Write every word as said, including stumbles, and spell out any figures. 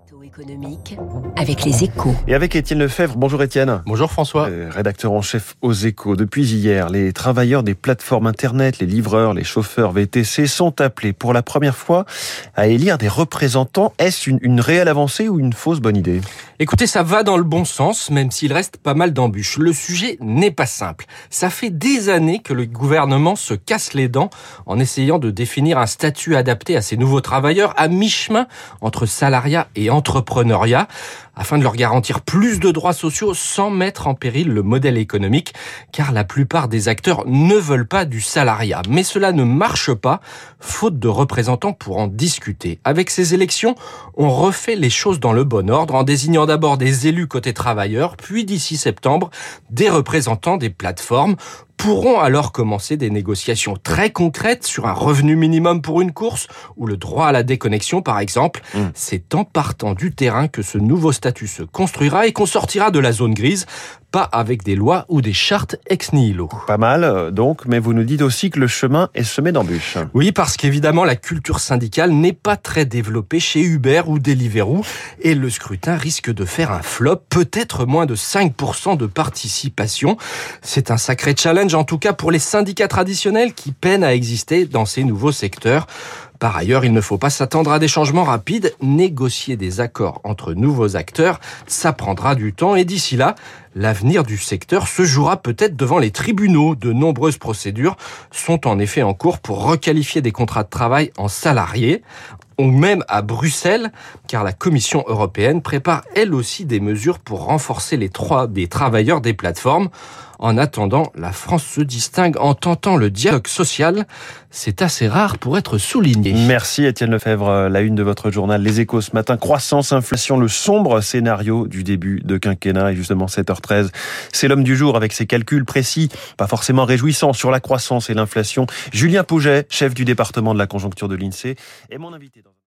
Économique avec les Échos. Et avec Étienne Lefebvre. Bonjour Étienne. Bonjour François. Euh, rédacteur en chef aux Échos. Depuis hier, les travailleurs des plateformes internet, les livreurs, les chauffeurs V T C sont appelés pour la première fois à élire des représentants. Est-ce une, une réelle avancée ou une fausse bonne idée ? Écoutez, ça va dans le bon sens, même s'il reste pas mal d'embûches. Le sujet n'est pas simple. Ça fait des années que le gouvernement se casse les dents en essayant de définir un statut adapté à ces nouveaux travailleurs à mi-chemin entre salariat et entrepreneuriat, afin de leur garantir plus de droits sociaux sans mettre en péril le modèle économique, car la plupart des acteurs ne veulent pas du salariat. Mais cela ne marche pas, faute de représentants pour en discuter. Avec ces élections, on refait les choses dans le bon ordre, en désignant d'abord des élus côté travailleurs, puis d'ici septembre, des représentants des plateformes, pourront alors commencer des négociations très concrètes sur un revenu minimum pour une course ou le droit à la déconnexion par exemple. Mmh. C'est en partant du terrain que ce nouveau statut se construira et qu'on sortira de la zone grise, pas avec des lois ou des chartes ex nihilo. Pas mal donc, mais vous nous dites aussi que le chemin est semé d'embûches. Oui, parce qu'évidemment la culture syndicale n'est pas très développée chez Uber ou Deliveroo et le scrutin risque de faire un flop, peut-être moins de cinq pour cent de participation. C'est un sacré challenge en tout cas pour les syndicats traditionnels qui peinent à exister dans ces nouveaux secteurs. Par ailleurs, il ne faut pas s'attendre à des changements rapides. Négocier des accords entre nouveaux acteurs, ça prendra du temps et d'ici là, l'avenir du secteur se jouera peut-être devant les tribunaux. De nombreuses procédures sont en effet en cours pour requalifier des contrats de travail en salariés, ou même à Bruxelles, car la Commission européenne prépare elle aussi des mesures pour renforcer les droits des travailleurs des plateformes. En attendant, la France se distingue en tentant le dialogue social. C'est assez rare pour être souligné. Merci Étienne Lefebvre. La une de votre journal Les Échos ce matin. Croissance, inflation, le sombre scénario du début de quinquennat. Et justement, sept heures treize, c'est l'homme du jour avec ses calculs précis, pas forcément réjouissants sur la croissance et l'inflation. Julien Pouget, chef du département de la conjoncture de l'INSEE, est mon invité dans